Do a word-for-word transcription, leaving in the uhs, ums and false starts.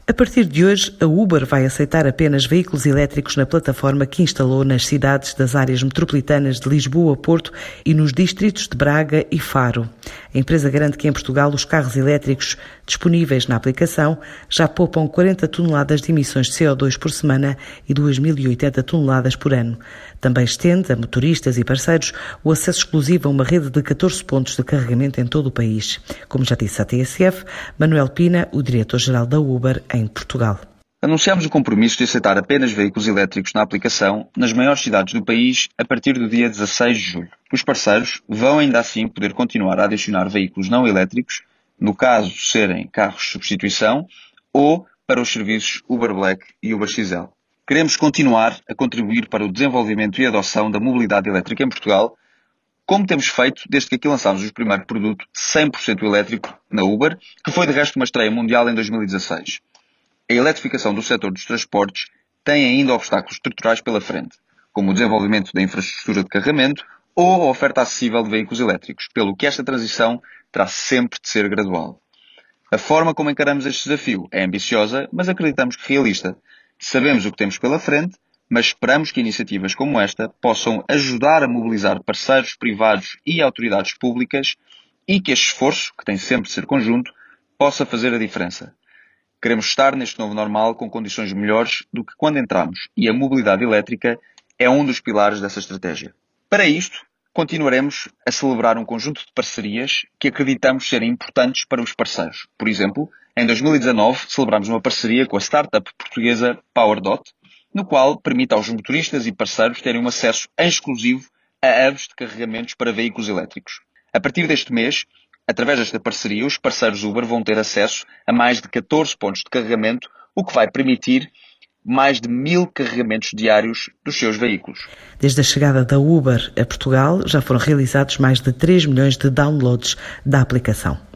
A partir de hoje, a Uber vai aceitar apenas veículos elétricos na plataforma que instalou nas cidades das áreas metropolitanas de Lisboa, Porto e nos distritos de Braga e Faro. A empresa garante que em Portugal os carros elétricos disponíveis na aplicação já poupam quarenta toneladas de emissões de C O dois por semana e duas mil e oitenta toneladas por ano. Também estende a motoristas e parceiros o acesso exclusivo a uma rede de catorze pontos de carregamento em todo o país. Como já disse a T S F, Manuel Pina, o diretor-geral da Uber em Portugal. Anunciamos o compromisso de aceitar apenas veículos elétricos na aplicação nas maiores cidades do país a partir do dia dezasseis de julho. Os parceiros vão ainda assim poder continuar a adicionar veículos não elétricos, no caso de serem carros de substituição, ou para os serviços Uber Black e Uber X L. Queremos continuar a contribuir para o desenvolvimento e adoção da mobilidade elétrica em Portugal, como temos feito desde que aqui lançámos o primeiro produto cem por cento elétrico na Uber, que foi de resto uma estreia mundial em dois mil e dezasseis. A eletrificação do setor dos transportes tem ainda obstáculos estruturais pela frente, como o desenvolvimento da infraestrutura de carregamento ou a oferta acessível de veículos elétricos, pelo que esta transição terá sempre de ser gradual. A forma como encaramos este desafio é ambiciosa, mas acreditamos que realista. Sabemos o que temos pela frente, mas esperamos que iniciativas como esta possam ajudar a mobilizar parceiros privados e autoridades públicas e que este esforço, que tem sempre de ser conjunto, possa fazer a diferença. Queremos estar neste novo normal com condições melhores do que quando entramos e a mobilidade elétrica é um dos pilares dessa estratégia. Para isto, continuaremos a celebrar um conjunto de parcerias que acreditamos serem importantes para os parceiros. Por exemplo, em dois mil e dezanove celebramos uma parceria com a startup portuguesa PowerDot, no qual permite aos motoristas e parceiros terem um acesso exclusivo a hubs de carregamentos para veículos elétricos. A partir deste mês, através desta parceria, os parceiros Uber vão ter acesso a mais de catorze pontos de carregamento, o que vai permitir mais de mil carregamentos diários dos seus veículos. Desde a chegada da Uber a Portugal, já foram realizados mais de três milhões de downloads da aplicação.